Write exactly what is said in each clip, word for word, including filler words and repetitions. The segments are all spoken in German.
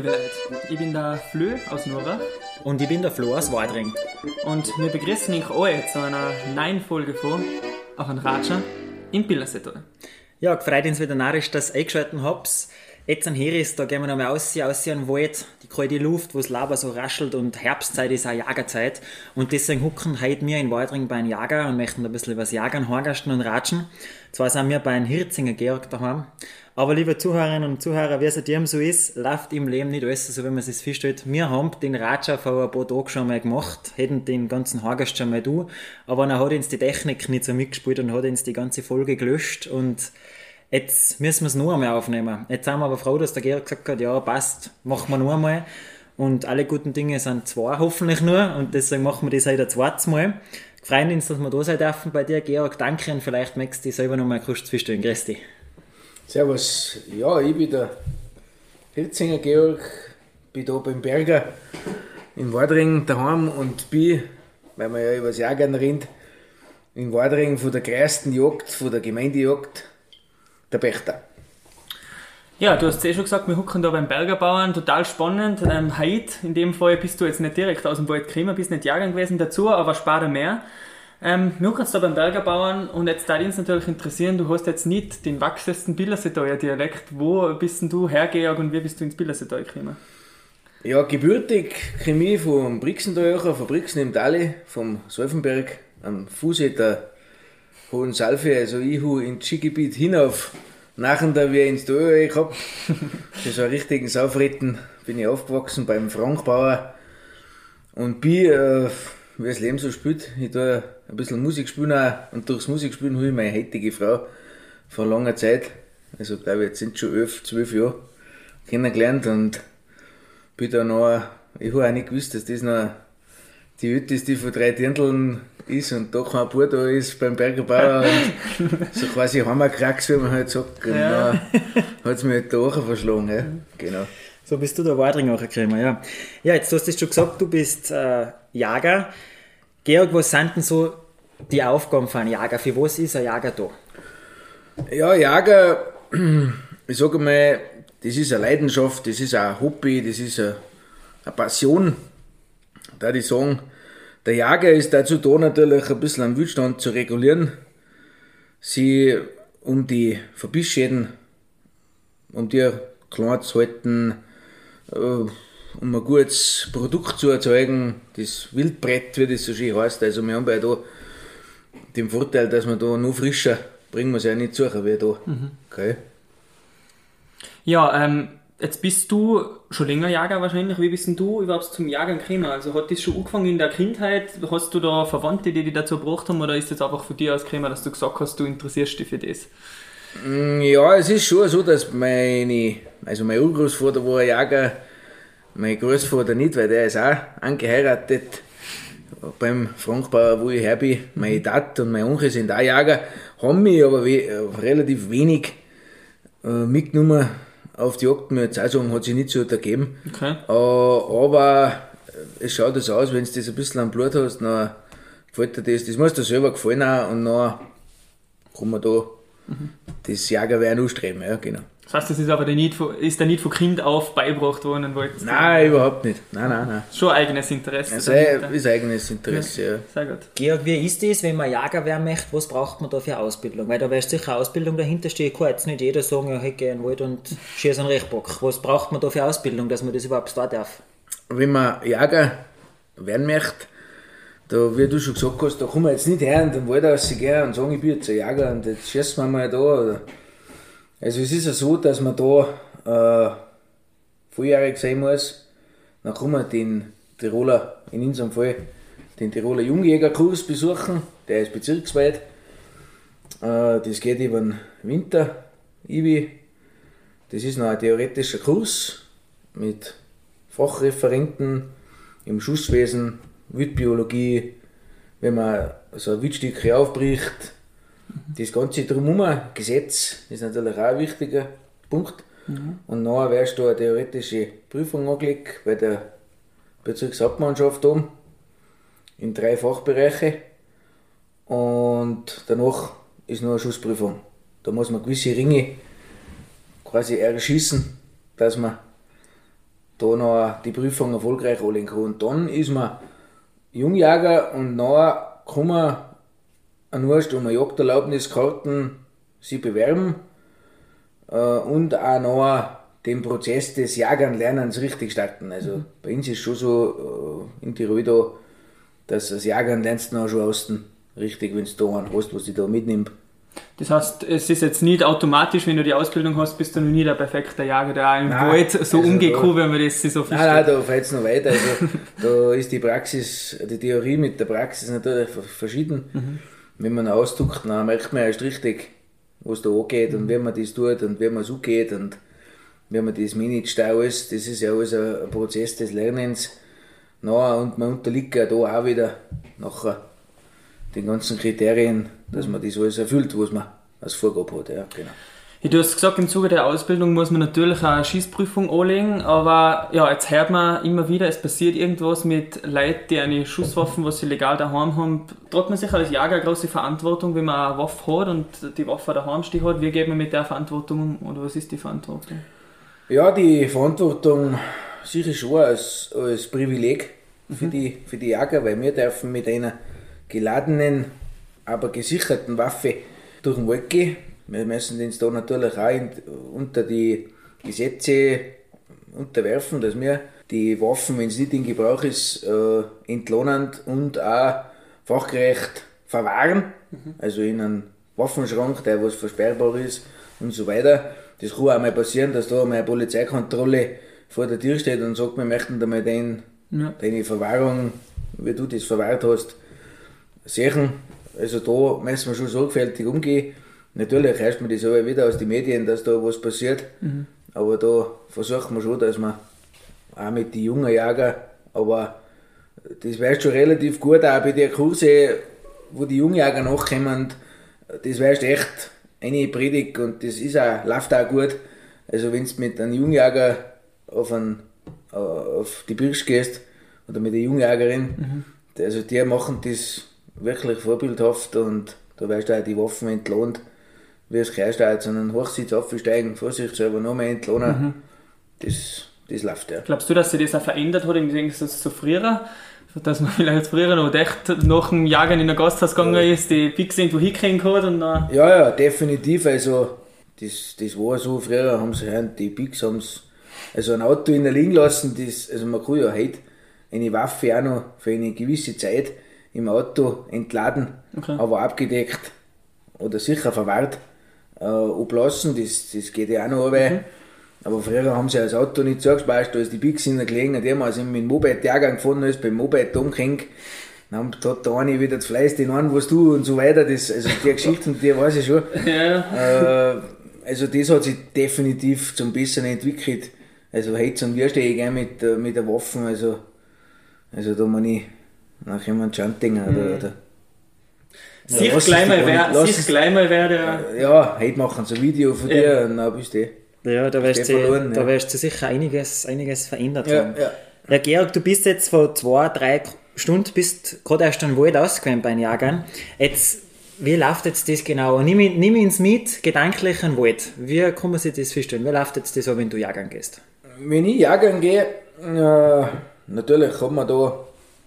liebe Leute. Ich bin der Flö aus Nurach. Und ich bin der Flo aus Wadring. Und wir begrüßen euch alle zu einer neuen Folge von Auf ein Ratscher im Pillersetal. Ja, gefreut uns wieder narrisch, dass ihr eingeschaltet habt. Jetzt an Heris, da gehen wir nochmal raus, aus in den Wald, die kalte Luft, wo das Lava so raschelt und Herbstzeit ist auch Jagerzeit. Und deswegen hucken heute wir in Wadring bei einem Jager und möchten ein bisschen was jagern, horgasten und ratschen. Zwar sind wir bei einem Hirzinger Georg daheim. Aber liebe Zuhörerinnen und Zuhörer, wie es dem so ist, läuft im Leben nicht alles so, wie man es sich vorstellt. Wir haben den Ratscher vor ein paar Tagen schon mal gemacht, hätten den ganzen Horgast schon mal du, aber dann hat uns die Technik nicht so mitgespielt und hat uns die ganze Folge gelöscht und jetzt müssen wir es noch einmal aufnehmen. Jetzt sind wir aber froh, dass der Georg gesagt hat, ja passt, machen wir noch einmal. Und alle guten Dinge sind zwei hoffentlich nur und deswegen machen wir das heute ein zweites Mal. Freuen uns, dass wir da sein dürfen bei dir, Georg. Danke und vielleicht möchtest du dich selber noch mal kurz vorstellen. Grüß dich. Servus, ja, ich bin der Hirzinger Georg, bin da beim Berger in Wadring daheim und bin, weil man ja über das Jagern rennt, in Wadring von der größten Jagd, von der Gemeindejagd, der Pächter. Ja, du hast es eh schon gesagt, wir hucken da beim Bergerbauern, total spannend. Ähm, heute, in dem Fall, bist du jetzt nicht direkt aus dem Wald gekommen, bist nicht jagen gewesen dazu, aber später mehr. Ähm, wir hucken da beim Bergerbauern und jetzt würde uns natürlich interessieren, du hast jetzt nicht den wachsesten Pillersetaler Dialekt. Wo bist denn du hergegangen und wie bist du ins Pillersetal gekommen? Ja, gebürtig komme ich vom Brixental, von Brixen im Tale, vom Salfenberg, am Fuße der Hohen Salfe, also ich habe ins Skigebiet hinauf. Nachher da wie ich ins Tal gehabt, für so einen richtigen Saufretten bin ich aufgewachsen beim Frank Bauer und bin, äh, wie das Leben so spielt, ich tue ein bisschen Musik spielen auch, und durchs Musikspielen habe ich meine heutige Frau vor langer Zeit, also glaube ich jetzt sind schon elf, zwölf Jahre, kennengelernt und bin da noch, ich habe auch nicht gewusst, dass das noch die älteste von drei Dirndln ist und da kein Bub da ist beim Bergerbauer und so quasi Hammerkracks, wie man halt sagt. Und ja. dann hat es mir halt da auch verschlagen. Ja. Genau. So bist du der Wadring auch gekommen, ja. Ja, jetzt hast du schon gesagt, du bist äh, Jager. Georg, was sind denn so die Aufgaben von einem Jager? Für was ist ein Jager da? Ja, Jager, ich sage mal, das ist eine Leidenschaft, das ist ein Hobby, das ist eine, eine Passion. Da würde ich sagen, der Jager ist dazu da, natürlich ein bisschen am Wildstand zu regulieren, sie um die Verbissschäden, um die klein zu halten, um ein gutes Produkt zu erzeugen, das Wildbrett, wie das so schön heißt. Also wir haben ja da den Vorteil, dass wir da noch frischer bringen wir es ja nicht suchen wie da. Mhm. Okay. Ja, ähm, jetzt bist du schon länger Jager wahrscheinlich. Wie bist denn du überhaupt zum Jagen gekommen? Also hat das schon angefangen in der Kindheit? Hast du da Verwandte, die dich dazu gebracht haben, oder ist das einfach von dir aus gekommen, dass du gesagt hast, du interessierst dich für das? Ja, es ist schon so, dass meine, also mein Urgroßvater war ein Jager, mein Großvater nicht, weil der ist auch angeheiratet beim Frank Bauer, wo ich her bin. Meine Tate und mein Onkel sind auch Jager, haben mich aber we- relativ wenig äh, mitgenommen auf die Jagd. Mir jetzt auch sagen, hat sich nicht so ergeben. Okay. Äh, aber es schaut das aus, wenn du das ein bisschen am Blut hast, dann gefällt dir das. Das muss dir selber gefallen auch und dann kann man da mhm. das Jagerwehren anstreben. Ja, genau. Das heißt, das ist aber nicht von, ist da nicht von Kind auf beigebracht worden? Und wolltest nein, überhaupt nicht. Nein, nein, nein. Schon eigenes Interesse. Also ist eigenes Interesse, ja. ja. Sehr gut. Georg, wie ist das, wenn man Jager werden möchte? Was braucht man da für Ausbildung? Weil da wäre sicher Ausbildung dahinter stehen. Ich kann jetzt nicht jeder sagen, ja, ich gehe in den Wald und schieße einen Rechbock. Was braucht man da für Ausbildung, dass man das überhaupt da darf? Wenn man Jager werden möchte, da, wie du schon gesagt hast, da kann man jetzt nicht her in den Wald rausgehen und sagen, ich bin jetzt ein Jager und jetzt schießen wir mal da. Oder. Also es ist ja so, dass man da äh, volljährig sein muss. Dann kann man den Tiroler, in unserem Fall, den Tiroler Jungjägerkurs besuchen. Der ist bezirksweit. Äh, das geht über den Winter. I W I. Das ist noch ein theoretischer Kurs mit Fachreferenten im Schusswesen, Wildbiologie, wenn man so ein Wildstück aufbricht. Das Ganze drumherum, Gesetz ist natürlich auch ein wichtiger Punkt. Mhm. Und nachher wirst du eine theoretische Prüfung angelegt bei der Bezirkshauptmannschaft oben in drei Fachbereiche. Und danach ist noch eine Schussprüfung. Da muss man gewisse Ringe quasi erschießen, dass man da noch die Prüfung erfolgreich anlegen kann. Und dann ist man Jungjäger und nachher kann man nur um eine Jagderlaubniskarten sich bewerben äh, und auch noch den Prozess des Jagernlernens richtig starten. Also mhm. bei uns ist schon so äh, in Tirol da, dass das Jagern lernst du noch schon außen richtig, wenn du da einen hast, was dich da mitnimmt. Das heißt, es ist jetzt nicht automatisch, wenn du die Ausbildung hast, bist du noch nie der perfekte Jager, der auch im nein, Wald so also umgehen kann, wenn man das sich so vorstellt. Nein, nein, da fällt es noch weiter. Also, da ist die Praxis, die Theorie mit der Praxis natürlich verschieden. Mhm. Wenn man ausdruckt, dann merkt man erst richtig, was da angeht mhm. und wie man das tut und wie man es angeht und wie man das managt alles. Das ist ja alles ein Prozess des Lernens. Na, und man unterliegt ja da auch wieder nachher den ganzen Kriterien, dass man das alles erfüllt, was man als Vorgabe hat. Ja, genau. Ja, du hast gesagt, im Zuge der Ausbildung muss man natürlich auch eine Schießprüfung anlegen, aber ja, jetzt hört man immer wieder, es passiert irgendwas mit Leuten, die eine Schusswaffen, was sie legal daheim haben. Trägt man sich als Jäger eine große Verantwortung, wenn man eine Waffe hat und die Waffe daheim stehen hat? Wie geht man mit der Verantwortung um oder was ist die Verantwortung? Ja, die Verantwortung sicher schon als, als Privileg für, mhm. die, für die Jäger, weil wir dürfen mit einer geladenen, aber gesicherten Waffe durch den Wald gehen. Wir müssen uns da natürlich auch in, unter die Gesetze unterwerfen, dass wir die Waffen, wenn es nicht in Gebrauch ist, äh, entlohnend und auch fachgerecht verwahren. Mhm. Also in einem Waffenschrank, der was versperrbar ist und so weiter. Das kann auch mal passieren, dass da mal eine Polizeikontrolle vor der Tür steht und sagt, wir möchten da mal den, ja. deine Verwahrung, wie du das verwahrt hast, sehen. Also da müssen wir schon sorgfältig umgehen. Natürlich hört man das aber wieder aus den Medien, dass da was passiert. Mhm. Aber da versuchen wir schon, dass wir auch mit den jungen Jägern, aber das weißt schon relativ gut, auch bei den Kurse, wo die Jungjäger nachkommen, das weißt echt eine Predigt und das ist auch, läuft auch gut. Also wenn du mit einem Jungjäger auf, einen, auf die Birsch gehst oder mit einer Jungjägerin, mhm. also die machen das wirklich vorbildhaft und da weißt du auch, die Waffen entlohnt, wie es gehört, jetzt an einen Hochsitz aufsteigen, vorsichtshalber nochmal entlohnen, mhm. das, das läuft ja. Glaubst du, dass sich das auch verändert hat im Gegensatz zu früher? Dass man vielleicht früher noch echt nach dem Jagen in ein Gasthaus gegangen ja. ist, die Pix irgendwo hinkriegen hat und dann... Ja, ja, definitiv, also das, das war so, früher haben sie die Pix, haben sie also ein Auto in der liegen lassen, das, also man kann ja heute eine Waffe auch noch für eine gewisse Zeit im Auto entladen, okay. aber abgedeckt oder sicher verwahrt äh, ablassen, das, das geht ja auch noch runter. Mhm. Aber früher haben sie das Auto nicht zugespeist, da ist die Pix in der gelegen, die haben also mit dem Moped jagen gefunden, ist beim Moped umgehängt, dann hat der eine wieder das Fleiß, den einen, was du und so weiter, das, also die Geschichten, die weiß ich schon. Ja. Äh, also das hat sich definitiv zum Besseren entwickelt. Also heute sind wir stehe ich gerne mit, mit der Waffe, also, also da muss ich nach jemandem Chanting oder, mhm. oder Sich ja, gleich mal wer, sich gleich mal wer der... Ja, heute machen sie ein Video von dir ja. und dann bist du Ja, da wirst du verloren, ja. wirst du sicher einiges, einiges verändert ja, haben. Ja. Ja, Georg, du bist jetzt vor zwei, drei Stunden, bist gerade erst in den Wald ausgekommen bei den Jagern. Jetzt, wie läuft jetzt das genau? Nimm, nimm uns mit, gedanklich in den Wald. Wie kann man sich das vorstellen? Wie läuft jetzt das so, wenn du jagern gehst? Wenn ich jagern gehe, äh, natürlich hat man da,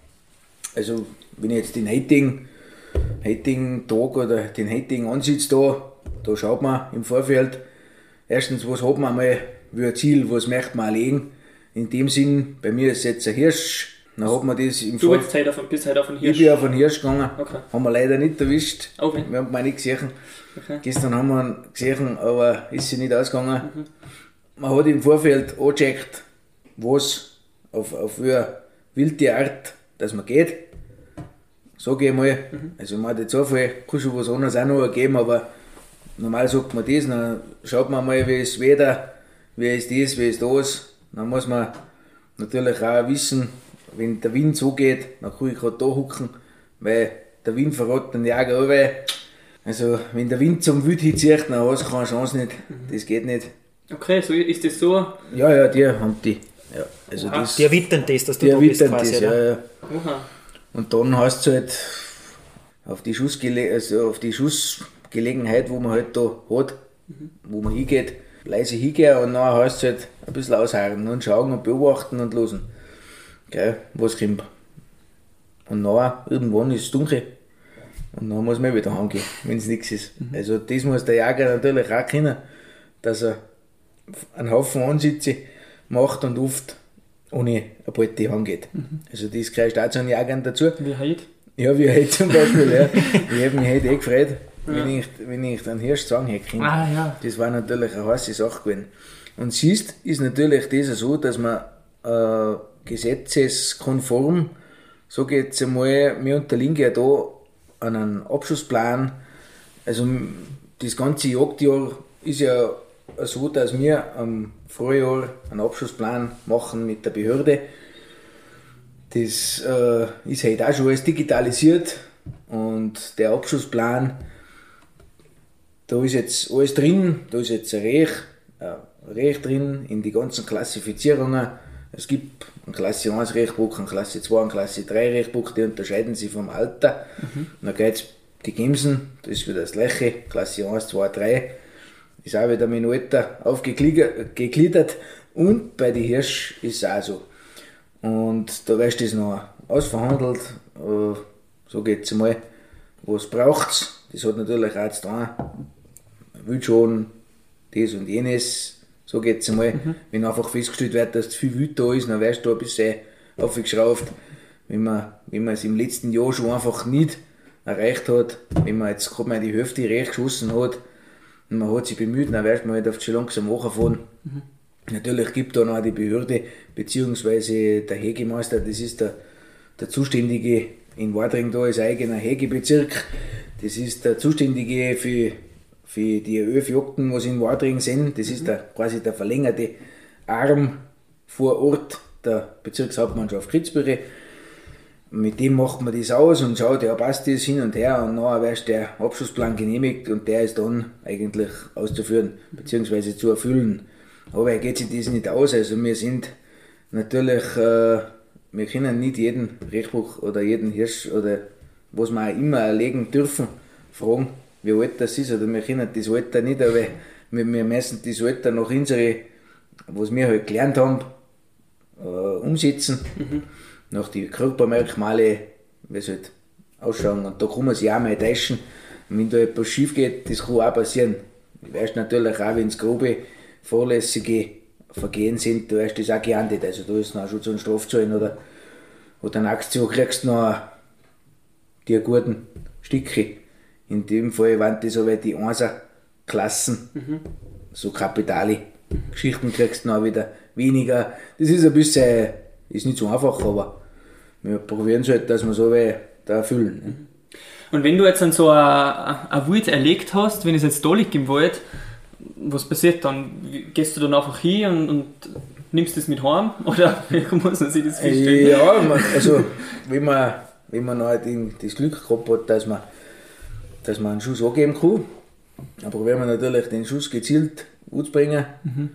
also wenn ich jetzt den heutigen, heutigen Tag oder den heutigen Ansitz da, da schaut man im Vorfeld, erstens, was hat man mal für ein Ziel, was möchte man erlegen. In dem Sinn, bei mir ist jetzt ein Hirsch, dann hat man das im Vorfeld. Du Vor- bist heute auf einen Hirsch? Ich bin auf einen Hirsch gegangen, okay. Haben wir leider nicht erwischt, okay. Wir haben ihn nicht gesehen. Okay. Gestern haben wir ihn gesehen, aber ist sie nicht ausgegangen. Mhm. Man hat im Vorfeld angecheckt, was auf, auf eine wilde Art, dass man geht. Sage ich mal. Mhm. Also man hat jetzt einfach, kann schon was anderes auch noch ergeben, aber normal sagt man das, dann schaut man mal, wie ist Wetter, wie ist das, wie ist das. Dann muss man natürlich auch wissen, wenn der Wind so geht, dann kann ich gerade da hocken, weil der Wind verrät den Jäger runter. Also wenn der Wind zum Wild hinzieht, dann hast du keine Chance nicht, das geht nicht. Okay, so ist das so? Ja, ja, die haben die. Ja, also das, die erwittern das, dass du die da bist quasi, das, ja, ja. Aha. Und dann heißt es halt auf die, Schussgele- also auf die Schussgelegenheit, wo man halt da hat, mhm. wo man hingeht, leise hingehen und dann heißt es halt ein bisschen ausharren und schauen und beobachten und losen. Gell, was kommt. Und dann irgendwann ist es dunkel und dann muss man wieder heimgehen, wenn es nichts ist. Mhm. Also das muss der Jäger natürlich auch können, dass er einen Haufen Ansitze macht und oft ohne ein Beute heimgeht. Mhm. Also das gehört auch zu einem Jägern dazu. Wie heute? Ja, wie heute zum Beispiel. Ja. Ich habe mich heute eh gefreut, ja. wenn, ich, wenn ich den Hirsch sagen hätte. Ah, ja. Das war natürlich eine heiße Sache gewesen. Und siehst, ist natürlich das so, dass man äh, gesetzeskonform, so geht es einmal, wir unterliegen ja da an einen Abschussplan. Also das ganze Jagdjahr ist ja so, dass wir am Frühjahr einen Abschussplan machen mit der Behörde. Das äh, ist halt auch schon alles digitalisiert und der Abschussplan, da ist jetzt alles drin, da ist jetzt ein Recht, ein Recht drin in die ganzen Klassifizierungen. Es gibt ein Klasse eins Rechtbuch, ein Klasse zwei, ein Klasse drei Rechtbuch, die unterscheiden sich vom Alter. Mhm. Dann geht es die Gemsen, das ist wieder das gleiche, Klasse eins, zwei, drei, ist auch wieder mit dem Alter aufgegliedert und bei den Hirsch ist es auch so. Und da weißt du das noch ausverhandelt, so geht es einmal, was braucht es. Das hat natürlich auch zu tun, man will schon das und jenes. So geht es einmal. Mhm. Wenn einfach festgestellt wird, dass zu viel Wild da ist, dann wirst du da ein bisschen aufgeschraubt. Wenn man, wenn man es im letzten Jahr schon einfach nicht erreicht hat, wenn man jetzt gerade mal die Hälfte recht geschossen hat und man hat sich bemüht, dann wird man halt auf die langsam hochfahren. Mhm. Natürlich gibt da noch die Behörde, beziehungsweise der Hegemeister, das ist der, der Zuständige in Wadring, da ist ein eigener Hegebezirk. Das ist der Zuständige für für die elf Jagden, was in Wadring sind. Das ist der, quasi der verlängerte Arm vor Ort der Bezirkshauptmannschaft Kitzbühel. Mit dem macht man das aus und schaut, ja, passt das hin und her und dann wird der Abschlussplan genehmigt und der ist dann eigentlich auszuführen bzw. zu erfüllen. Aber er geht sich das nicht aus, also wir sind natürlich, äh, wir können nicht jeden Rechtbuch oder jeden Hirsch oder was wir auch immer erlegen dürfen, fragen, wie alt das ist, oder wir können das Alter nicht, aber wir, wir müssen das Alter nach unsere, was wir halt gelernt haben, äh, umsetzen, mhm. nach die Körpermerkmale, wie es halt ausschauen, und da kann man sich auch mal täuschen, und wenn da etwas schief geht, das kann auch passieren. Du weißt natürlich auch, wenn es grobe, fahrlässige Vergehen sind, du hast das auch geahndet, also da ist noch schon so ein Strafzahlen oder, oder einen Aktion kriegst du noch die guten Stücke. In dem Fall waren das aber die Einser-Klassen, mhm. so kapitale Geschichten kriegst du noch wieder weniger. Das ist ein bisschen, ist nicht so einfach, aber wir probieren es halt, dass wir so da erfüllen. Ne? Und wenn du jetzt dann so ein Wild erlegt hast, wenn es jetzt da liegt im Wald, was passiert dann? Gehst du dann einfach hin und, und nimmst das mit heim? Oder wie muss man sich das vorstellen? Ja, also wenn man, wenn man halt das Glück gehabt hat, dass man dass man einen Schuss angeben kann. Dann probieren wir natürlich den Schuss gezielt anzubringen. Mhm.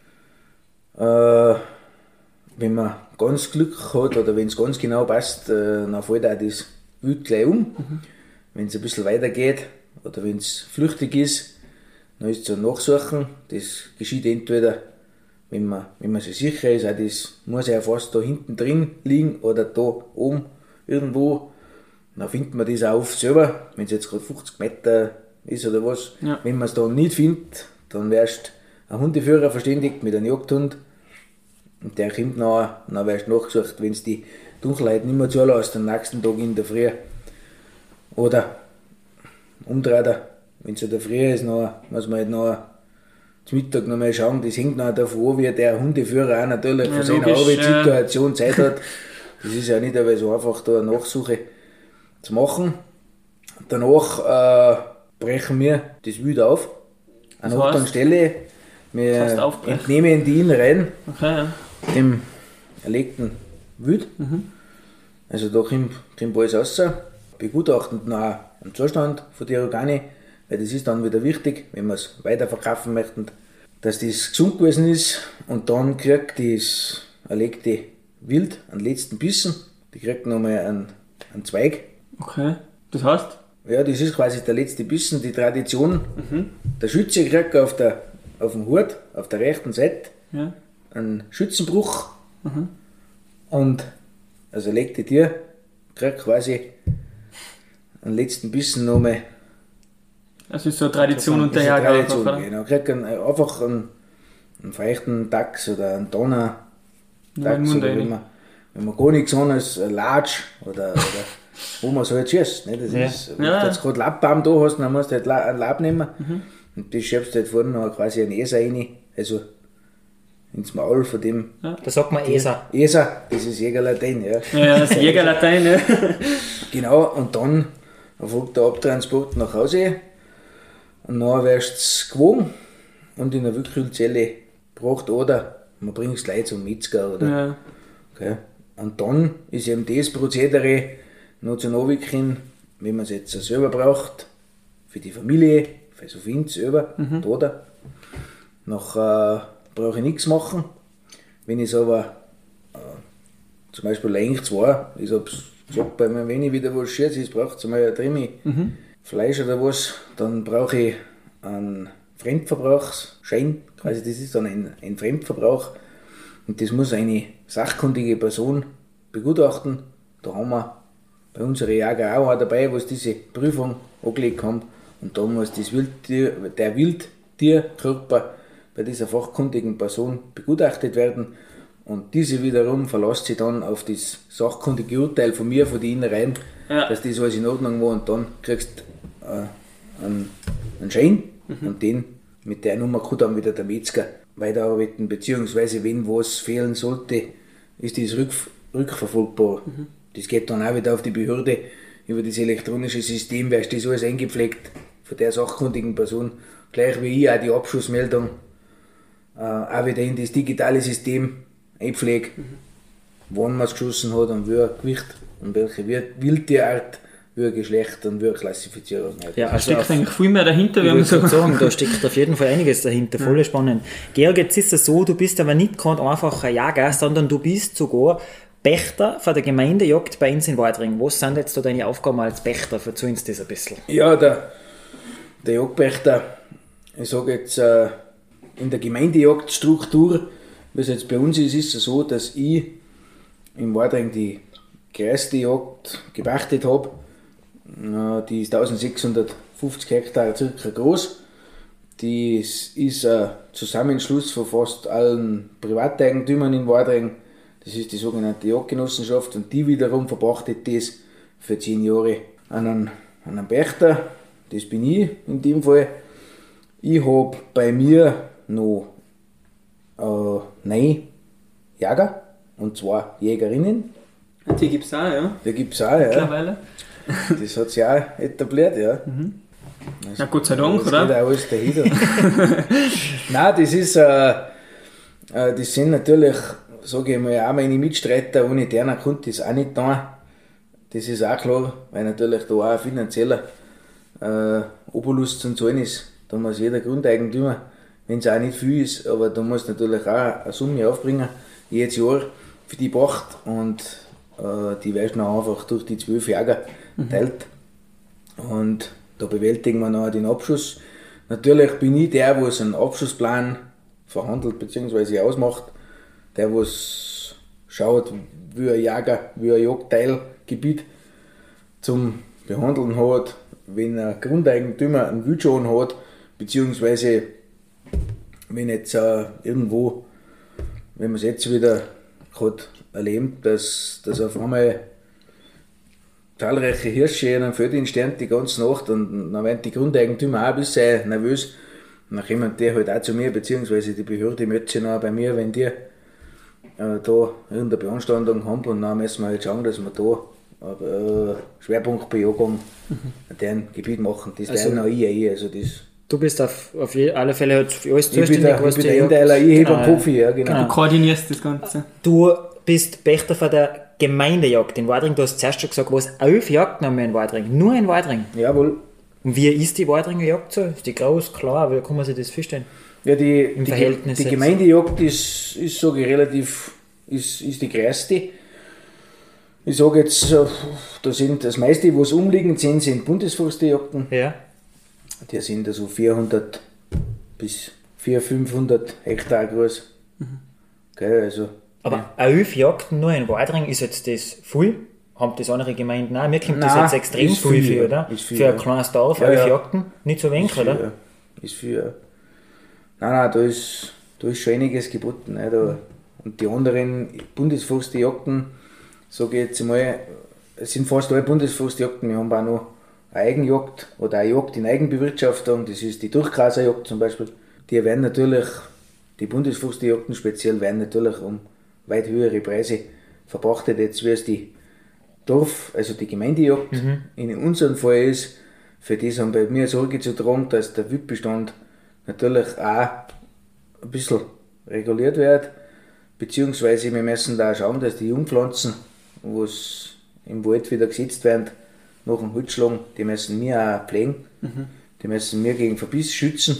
Äh, wenn man ganz Glück hat oder wenn es ganz genau passt, äh, dann fällt auch das Wild gleich um. Mhm. Wenn es ein bisschen weiter geht oder wenn es flüchtig ist, dann ist es ein Nachsuchen. Das geschieht entweder, wenn man, wenn man sich sicher ist, auch das muss ja fast da hinten drin liegen oder da oben irgendwo. Dann findet man das auch selber, wenn es jetzt gerade fünfzig Meter ist oder was. Ja. Wenn man es da nicht findet, dann wärst du ein Hundeführer verständigt mit einem Jagdhund und der kommt nachher, dann wirst du nachgesucht, wenn es die Dunkelheit nicht mehr zulässt, am nächsten Tag in der Früh. Oder umdrehen, wenn es in der Früh ist, dann muss man halt nachher zum Mittag noch mal schauen, das hängt nachher davon, wie der Hundeführer auch natürlich ja, von seiner Arbeitssituation ja. Zeit hat. Das ist ja nicht aber so einfach, da eine Nachsuche zu machen. Danach äh, brechen wir das Wild auf. An Ort und Stelle. Wir das heißt entnehmen die Innereien okay, ja. dem erlegten Wild. Mhm. Also da kommt, kommt alles raus. Begutachten dann auch den Zustand von den Organe, weil das ist dann wieder wichtig, wenn wir es weiterverkaufen möchten, dass das gesund gewesen ist. Und dann kriegt das erlegte Wild einen letzten Bissen. Die kriegt nochmal einen, einen Zweig. Okay, das heißt? Ja, das ist quasi der letzte Bissen, die Tradition. Mhm. Der Schütze kriegt auf der auf dem Hut, auf der rechten Seite, Ja. einen Schützenbruch Mhm. und also legt die Tier, kriegt quasi einen letzten Bissen nochmal. Das ist so eine Tradition unter Das ist eine Jäger. Tradition, Einfach, oder? genau. Kriegt einen, einfach einen, einen feuchten Dachs oder einen Donner. Ja, in den Mund oder rein. wenn man, wenn man gar nichts anderes, ein Latsch oder, oder wo man es halt schießt. Ne? Das Ja. ist, wenn Ja. du jetzt gerade Labbaum da hast, dann musst du halt La- ein Lab nehmen und das schiebst du halt vorne noch quasi ein Eser rein, also ins Maul von dem Da sagt man Eser. Eser, das ist Jägerlatein, ja. Ja, das Jägerlatein, ja. Genau, und dann erfolgt der Abtransport nach Hause und dann wirst du es gewogen und in eine Wickelzelle gebracht oder man bringt es gleich zum Metzger oder Ja. okay. Und dann ist eben das Prozedere noch zu nachwickeln, wenn man es jetzt selber braucht, für die Familie, für so Find selber, mhm. oder. Nachher äh, brauche ich nichts machen. Wenn ich es aber äh, zum Beispiel eigentlich zwei, ich habe es gesagt, bei mir, wenn ich wieder was schieße, es braucht zum Beispiel ein Trimi, mhm. Fleisch oder was, dann brauche ich einen Fremdverbrauchsschein, quasi das ist dann ein, ein Fremdverbrauch und das muss eine sachkundige Person begutachten. Da haben wir bei unseren Jäger auch einen dabei, was diese Prüfung angelegt haben und da muss das Wildtier, der Wildtierkörper bei dieser fachkundigen Person begutachtet werden und diese wiederum verlässt sich dann auf das sachkundige Urteil von mir, von den Innereien, Ja. dass das alles in Ordnung war und dann kriegst du äh, einen, einen Schein mhm. und den mit der Nummer kann dann wieder der Metzger weiterarbeiten, beziehungsweise wenn was fehlen sollte, ist das rück, rückverfolgbar. Mhm. Das geht dann auch wieder auf die Behörde über das elektronische System, wirst das alles eingepflegt von der sachkundigen Person, gleich wie ich auch die Abschussmeldung äh, auch wieder in das digitale System einpflege, mhm. wann man es geschossen hat und wie ein Gewicht und welche Wildtierart, wie ein Geschlecht und wie eine Klassifizierung. Ja, Da also steckt auf, eigentlich viel mehr dahinter, ich wie man würde so. sagen, da steckt auf jeden Fall einiges dahinter, voll spannend. Georg, jetzt ist es so, du bist aber nicht gerade einfach ein Jäger, sondern du bist sogar Pächter von der Gemeindejagd bei uns in Wadring. Was sind jetzt da deine Aufgaben als Pächter? Verzeih uns das ein bisschen. Ja, der, der Jagdpächter, ich sage jetzt, äh, in der Gemeindejagdstruktur, wie es jetzt bei uns ist, ist es so, dass ich in Wadring die größte Jagd gepachtet habe. Äh, die ist eintausendsechshundertfünfzig Hektar circa groß. Die ist, ist ein Zusammenschluss von fast allen Privateigentümern in Wadring. Das ist die sogenannte Jagdgenossenschaft und die wiederum verpachtet das für zehn Jahre an einen, an einen Pächter. Das bin ich in dem Fall. Ich habe bei mir noch äh, neun Jäger und zwei Jägerinnen. Die gibt es auch, ja. Da gibt es auch, ja. Mittlerweile. Das hat sich auch etabliert, ja. Mhm. Ja, Gott sei Dank, das oder? geht auch alles dahinter. Nein, das ist, äh, äh, das sind natürlich, sage ich mal, auch meine Mitstreiter, ohne deren konnte ich es auch nicht tun. Das ist auch klar, weil natürlich da auch ein finanzieller äh, Obolus zum Zahlen ist. Da muss jeder Grundeigentümer, wenn es auch nicht viel ist, aber da muss natürlich auch eine Summe aufbringen, jedes Jahr für die Pacht und äh, die wird dann einfach durch die zwölf Jäger geteilt. Mhm. Und da bewältigen wir noch den Abschuss. Natürlich bin ich der, der einen Abschussplan verhandelt bzw. ausmacht, der was schaut, wie ein Jäger, wie ein Jagdteilgebiet zum Behandeln hat, wenn ein Grundeigentümer einen Wildschaden hat, beziehungsweise wenn jetzt äh, irgendwo, wenn man es jetzt wieder gerade erlebt, dass, dass auf einmal zahlreiche Hirsche in einem Feld entstehen die ganze Nacht und dann werden die Grundeigentümer auch ein bisschen nervös. Und dann kommen die halt auch zu mir, beziehungsweise die Behörde meldet sich noch bei mir, wenn die äh, da irgendeine Beanstandung haben und dann müssen wir halt schauen, dass wir da äh, Schwerpunktbejagung mhm. in deren Gebiet machen. Das also, dann auch ich ein. Also das du bist auf, auf alle Fälle halt für alles zuständig. Ich bin der, ich bin der Inteiler, ich hebe einen Profi, ja genau. Du koordinierst das Ganze. Du bist Pächter von der Gemeindejagd in Wadring. Du hast zuerst schon gesagt, was elf Jagden haben wir in Wadring. Nur in Wadring. Jawohl. Und wie ist die Wadringer Jagd so? Ist die groß, klar? Wie kann man sich das vorstellen? Ja, die, Im die, Verhältnis die jetzt. Gemeindejagd ist, ist sage ich, relativ, ist, ist die größte. Ich sage jetzt, da sind das meiste, was umliegend sind, sind Bundesforstjagden. Ja. Die sind also vierhundert bis vierhundert, fünfhundert Hektar groß. Mhm. Gell, also, aber ja. elf Jagden nur in Wadring, ist jetzt das viel? Haben das andere Gemeinden auch? Mir kommt das Nein, jetzt extrem viel, viel, für, oder? Viel, für ein ja. kleines Dorf, ja, elf ja. Jagden, nicht so wenig, ist viel, oder? Ja. Ist viel, ja. Nein, nein, da ist, da ist schon einiges geboten. Ne, da. Und die anderen Bundesforstjagden, sage ich jetzt einmal, es sind fast alle Bundesforstjagden. Wir haben auch noch eine Eigenjagd oder eine Jagd in Eigenbewirtschaftung, das ist die Durchgraserjagd zum Beispiel. Die werden natürlich, die Bundesforstjagden speziell, werden natürlich um weit höhere Preise verpachtet, jetzt wie es die Dorf, also die Gemeindejagd mhm. in unserem Fall ist. Für das haben bei mir Sorge zu tragen, dass der Wildbestand natürlich auch ein bisschen reguliert wird, beziehungsweise wir müssen da schauen, dass die Jungpflanzen, was im Wald wieder gesetzt werden, nach dem Holzschlagen, die müssen wir auch pflegen, mhm. die müssen wir gegen Verbiss schützen.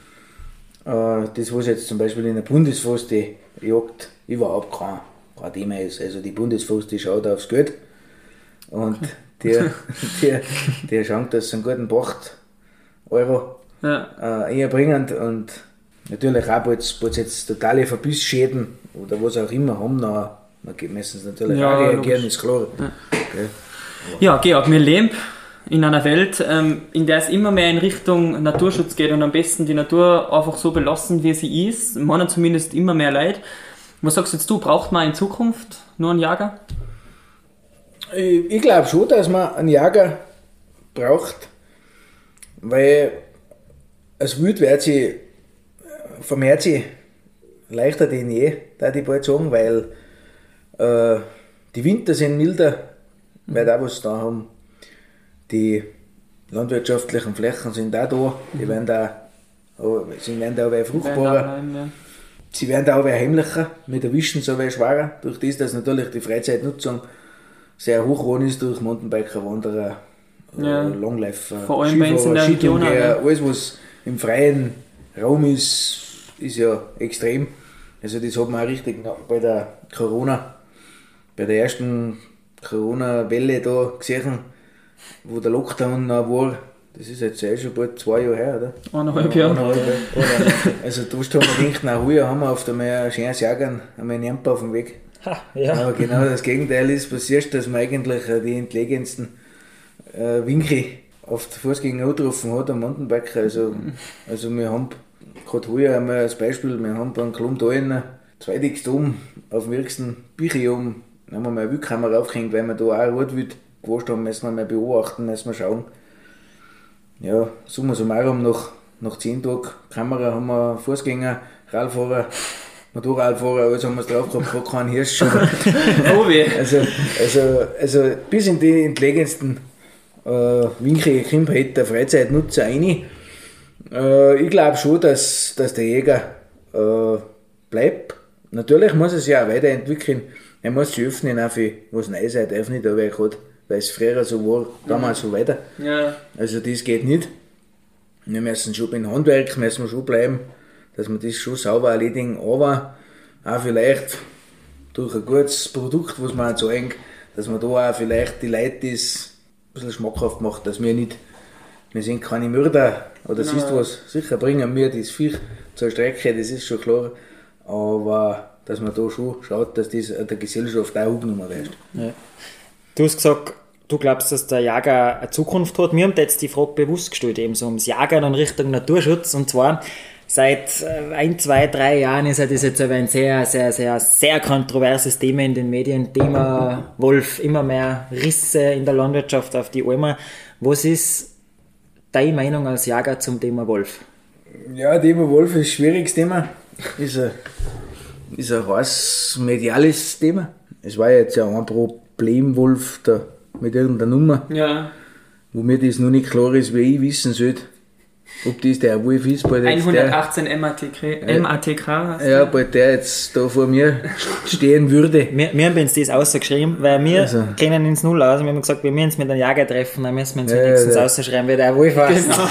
Das, was jetzt zum Beispiel in der Bundesforstjagd überhaupt kein, kein Thema ist. Also die Bundesforst schaut aufs Geld und der, der, der schaut, dass sie einen guten acht Euro ja. äh, bringen und natürlich auch, falls sie jetzt totale Verbissschäden oder was auch immer haben, dann, dann müssen sie natürlich ja, auch reagieren, ist klar. Ja, okay. Ja, Georg, wir leben in einer Welt, ähm, in der es immer mehr in Richtung Naturschutz geht und am besten die Natur einfach so belassen, wie sie ist. Man zumindest immer mehr Leid. Was sagst jetzt du, braucht man in Zukunft nur einen Jager? Ich, ich glaube schon, dass man einen Jager braucht, weil als Wild wird sie, vermehrt sie leichter denn je, da ich bald sagen, weil äh, die Winter sind milder, mhm. weil da was da haben. Die landwirtschaftlichen Flächen sind auch da, die mhm. werden da, sie werden da auch fruchtbarer. Bleiben, ja. Sie werden da auch heimlicher, mit Erwischen so schwerer, durch das, dass natürlich die Freizeitnutzung sehr hoch geworden ist durch Mountainbiker, Wanderer, ja. Longläufer, vor allem bei uns in der Region. Ja. Alles, was im freien Raum ist, ist ja extrem. Also das hat man auch richtig bei der Corona, bei der ersten Corona-Welle da gesehen, wo der Lockdown noch war. Das ist jetzt eh schon bald zwei Jahre her, oder? Eineinhalb Jahre. Also da haben wir gedacht, na heuer haben wir auf einmal ein schönes Jagen, einmal einen Amper auf dem Weg. Ha, ja. Aber genau das Gegenteil ist passiert, dass man eigentlich die entlegensten äh, Winkel auf die Fußgänger angetroffen hat am Mountainbiker. Also, also wir haben gerade heuer einmal als Beispiel, wir haben beim Klumdalen zweitigst oben auf dem wirksten Bücher oben, haben wir mal eine Wildkamera aufgehängt, weil wir da auch Rotwild gewasst haben, müssen wir mal beobachten, müssen wir schauen. Ja, summa summarum, nach, nach zehn Tagen Kamera haben wir Fußgänger, Radfahrer, Motorradfahrer, alles haben wir es drauf gehabt, gerade keinen Hirsch schon. Oh weh. Also, also, also bis in die entlegensten äh, Winkel kommt halt der Freizeitnutzer rein. Äh, ich glaube schon, dass, dass der Jäger äh, bleibt. Natürlich muss er sich auch weiterentwickeln. Er muss sich öffnen, auch für was Neues. Er darf nicht, aber er hat, weil es früher so war, damals so weiter. Ja. Also das geht nicht. Wir müssen schon beim Handwerk müssen wir schon bleiben, dass wir das schon sauber erledigen, aber auch vielleicht durch ein gutes Produkt, was wir zeigen, dass man da auch vielleicht die Leute das ein bisschen schmackhaft macht, dass wir nicht, wir sind keine Mörder oder genau. Siehst was, sicher bringen wir das Viech zur Strecke, das ist schon klar, aber dass man da schon schaut, dass das der Gesellschaft auch angenommen wird. Ja. Du hast gesagt, du glaubst, dass der Jager eine Zukunft hat. Wir haben jetzt die Frage bewusst gestellt, eben so ums Jagern in Richtung Naturschutz. Und zwar seit ein, zwei, drei Jahren ist das jetzt aber ein sehr, sehr, sehr, sehr kontroverses Thema in den Medien. Thema Wolf, immer mehr Risse in der Landwirtschaft auf die Almer. Was ist deine Meinung als Jager zum Thema Wolf? Ja, Thema Wolf ist ein schwieriges Thema. Ist ein, ist ein heiß mediales Thema. Es war jetzt ja ein Problemwolf da mit irgendeiner Nummer, ja. Wo mir das noch nicht klar ist, wie ich wissen sollte, ob das der Wolf ist. Bald hundertachtzehn M A T K. Ja, bald der jetzt da vor mir stehen würde. Wir, wir haben uns das ausgeschrieben, weil wir also. kennen uns null aus. Wir haben gesagt, wir müssen uns mit einem Jager treffen, dann müssen wir uns ja, wenigstens ja. ausschreiben, wie der Wolf heißt. Genau.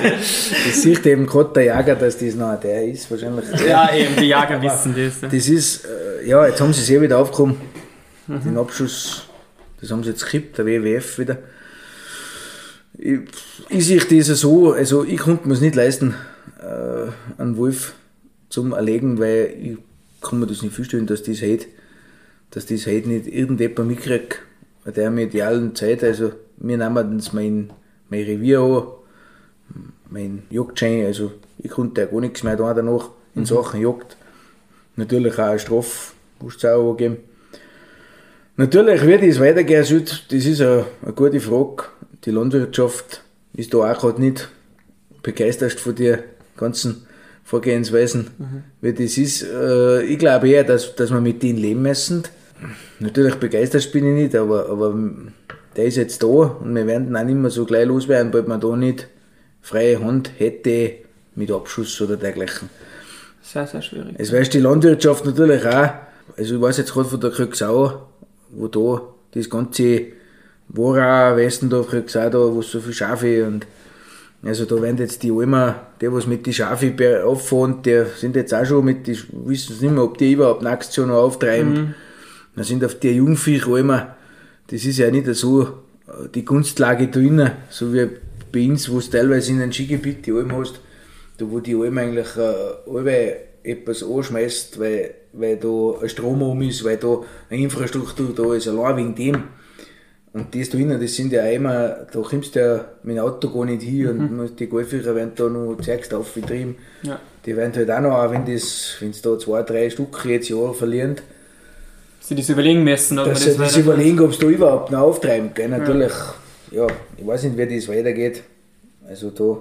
Das sieht eben gerade der Jager, dass das noch der ist, wahrscheinlich. Ja, eben, die Jager wissen das. Das ist, ja, jetzt haben sie es eh wieder aufgekommen, mhm. den Abschuss. Das haben sie jetzt gekippt, der W W F wieder. ich, ich sehe das so, also ich konnte mir es nicht leisten, äh, einen Wolf zum Erlegen, weil ich kann mir das nicht vorstellen, dass das heute, dass das heute nicht irgendjemand mitkriegt, der medialen Zeit, also wir nehmen uns mein, mein Revier an, mein Jagdschein, also ich konnte ja gar nichts mehr da danach in mhm. Sachen Jagd. Natürlich auch eine Strafe, musst du es auch angeben. Natürlich, wie das weitergehen soll, das ist eine, eine gute Frage. Die Landwirtschaft ist da auch gerade nicht begeistert von der ganzen Vorgehensweisen, mhm. wie das ist. Äh, ich glaube eher, dass, dass wir mit denen leben müssen. Natürlich begeistert bin ich nicht, aber, aber der ist jetzt da und wir werden ihn auch nicht mehr so gleich loswerden, weil man da nicht freie Hand hätte mit Abschuss oder dergleichen. Sehr, sehr schwierig. Es weiß die Landwirtschaft natürlich auch, also ich weiß jetzt gerade von der Krücksau, wo da das ganze Wora, Westendorf, Krücksau da, wo so viele Schafe und also da werden jetzt die Almer, die was mit den Schafe auffahren, die sind jetzt auch schon mit, die wissen nicht mehr, ob die überhaupt nächstes Jahr noch auftreiben. Mhm. Dann sind auf die Jungviech Almer, das ist ja nicht so die Gunstlage drinnen, so wie bei uns, wo es teilweise in einem Skigebiet die Alm hast, da wo die Alm eigentlich äh, alle etwas anschmeißt, weil, weil da ein Strom um ist, weil da eine Infrastruktur da ist, allein wegen dem. Und das da drinnen, das sind ja immer, da kommst du ja mit dem Auto gar nicht hin mhm. und die Golfviecher werden da noch zeigst aufgetrieben. Ja. Die werden halt auch noch, auch wenn das, wenn es da zwei, drei Stück jetzt Jahre verlieren, sie das überlegen müssen, ob dass man das, sie das überlegen, ob es da überhaupt noch auftreiben kann. Natürlich, ja. ja, ich weiß nicht, wie das weitergeht. Also da.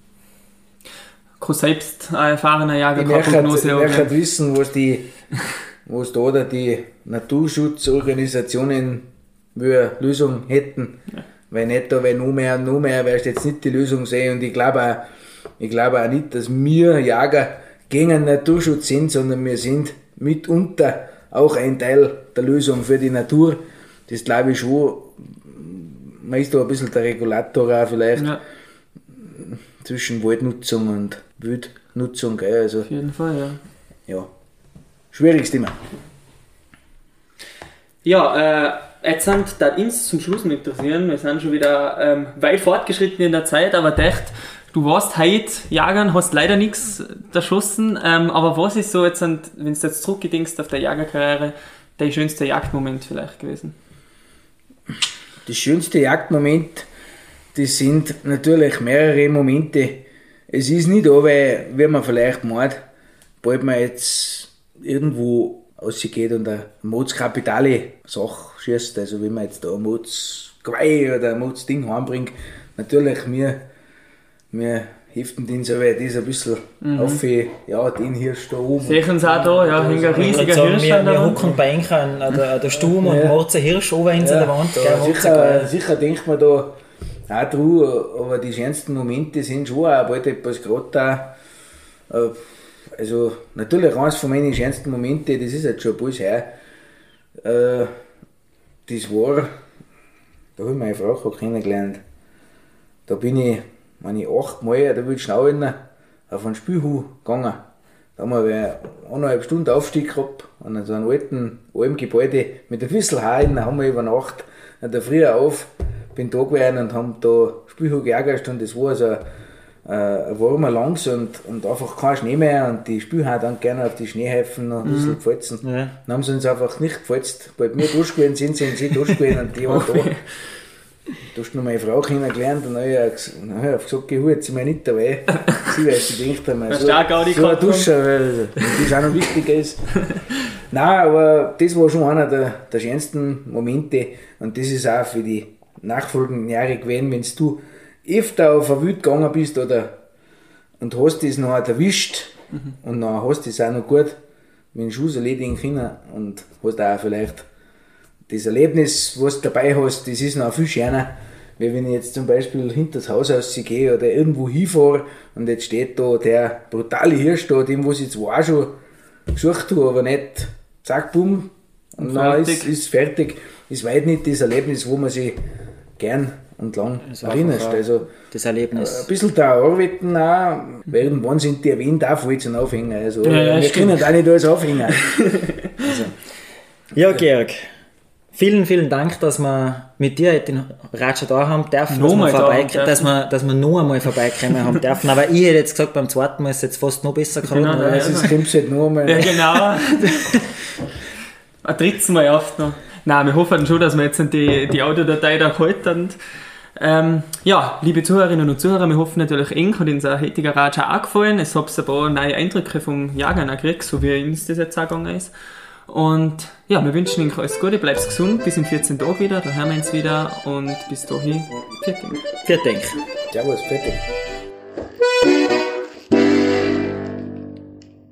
Kann selbst ein erfahrener Jäger keine Prognose haben. Ich möchte wissen, was die, was da oder die Naturschutzorganisationen für eine Lösung hätten. Ja. Weil nicht da, weil noch mehr und noch mehr wirst du jetzt nicht die Lösung sehen. Und ich glaube auch, ich glaube auch nicht, dass wir Jäger gegen den Naturschutz sind, sondern wir sind mitunter auch ein Teil der Lösung für die Natur. Das glaube ich schon. Man ist da ein bisschen der Regulator auch vielleicht ja. zwischen Waldnutzung und Wildnutzung. Gell? Also, auf jeden Fall, ja. Ja, schwieriges Thema. Ja, äh, jetzt sind da uns zum Schluss noch interessieren. Wir sind schon wieder ähm, weit fortgeschritten in der Zeit, aber dachte, du warst heute Jagern, hast leider nichts erschossen, ähm, aber was ist so jetzt, wenn du jetzt zurückgedenkst auf der Jägerkarriere, dein schönster Jagdmoment vielleicht gewesen? Das schönste Jagdmoment, das sind natürlich mehrere Momente. Es ist nicht so, weil, wie man vielleicht meint, bald man jetzt irgendwo rausgeht und eine Mordskapitale Sache schießt, also wenn man jetzt da ein Mordsgeweih oder ein Mordsding heimbringt, natürlich wir wir heften den so, weil das ein bisschen mhm. auf, ja, den Hirsch da oben. Sehen Sie auch da, ja, hängt ein riesiger sagen, Hirsch wir, an der wir Wand. hocken bei Ihnen an, an der, an der Stumm und ja. Mords ein Hirsch oben in ja. der Wand. Ja, sicher, sicher denkt man da auch drüber, aber die schönsten Momente sind schon auch bald etwas gerade da. Also natürlich eines von meinen schönsten Momente, das ist jetzt schon ein paar Jahre her, das war, da habe ich meine Frau kennengelernt. Da bin ich, wenn ich achtmal, da will ich schnell auf einen Spielhof gegangen. Da haben wir eineinhalb Stunden Aufstieg gehabt, an so einem alten, alten Gebäude mit der Füsselhain, da haben wir über Nacht in der Früh auf, bin da gewesen und haben da Spielhof geärgert und das war so ein, ein warmer Langs und, und einfach kein Schnee mehr und die Spielhain dann gerne auf die Schneehäfen noch ein bisschen mhm. gefalzen. Ja. Dann haben sie uns einfach nicht gefalzt, bald wir durchgewesen sind, sind sie durchgewesen und die waren da. Du hast noch meine Frau kennengelernt und dann habe ich gesagt, geh jetzt sind wir nicht dabei. Sie weiß, sie denkt einmal, so, so eine Dusche, weil das auch noch wichtig ist. Nein, aber das war schon einer der, der schönsten Momente und das ist auch für die nachfolgenden Jahre gewesen, wenn du öfter auf ein Wild gegangen bist oder, und hast das noch erwischt mhm. und dann hast du es auch noch gut mit dem Schuss erledigen können und hast auch vielleicht das Erlebnis, was du dabei hast, das ist noch viel schöner, wie wenn ich jetzt zum Beispiel hinter das Haus rausgehe oder irgendwo hinfahre und jetzt steht da der brutale Hirsch da, dem was ich zwar auch schon gesucht habe, aber nicht zack, bumm, und, und dann ist, ist fertig. Ist weit nicht das Erlebnis, wo man sich gern und lang erinnert. Also das Erlebnis. Ein bisschen da arbeiten auch, weil irgendwann sind die erwähnt auch voll zum Aufhängen. Also ja, ja, wir stimmt. können da nicht alles aufhängen. Also, ja, Georg. Vielen, vielen Dank, dass wir mit dir den Ratscher da haben dürfen, dass Nochmal wir, da vorbei, haben dürfen. dass, wir, dass wir noch einmal vorbeikommen haben dürfen. Aber ich hätte jetzt gesagt, beim zweiten Mal ist es jetzt fast noch besser geworden. Genau, oder? Also es kommt halt nur einmal. Ja, genau. Ein drittes Mal oft noch. Nein, wir hoffen schon, dass wir jetzt die, die Audiodatei da halten. Ähm, ja, liebe Zuhörerinnen und Zuhörer, wir hoffen natürlich, Ihnen hat unser heutiger Ratscher auch gefallen. Es hat ein paar neue Eindrücke vom Jahrgang gekriegt, so wie uns das jetzt auch gegangen ist. Und ja, wir wünschen Ihnen alles Gute, bleibt gesund, bis in vierzehn Tagen wieder, da hören wir uns wieder und bis dahin, vielen Dank. Vielen Dank. Servus, bitte.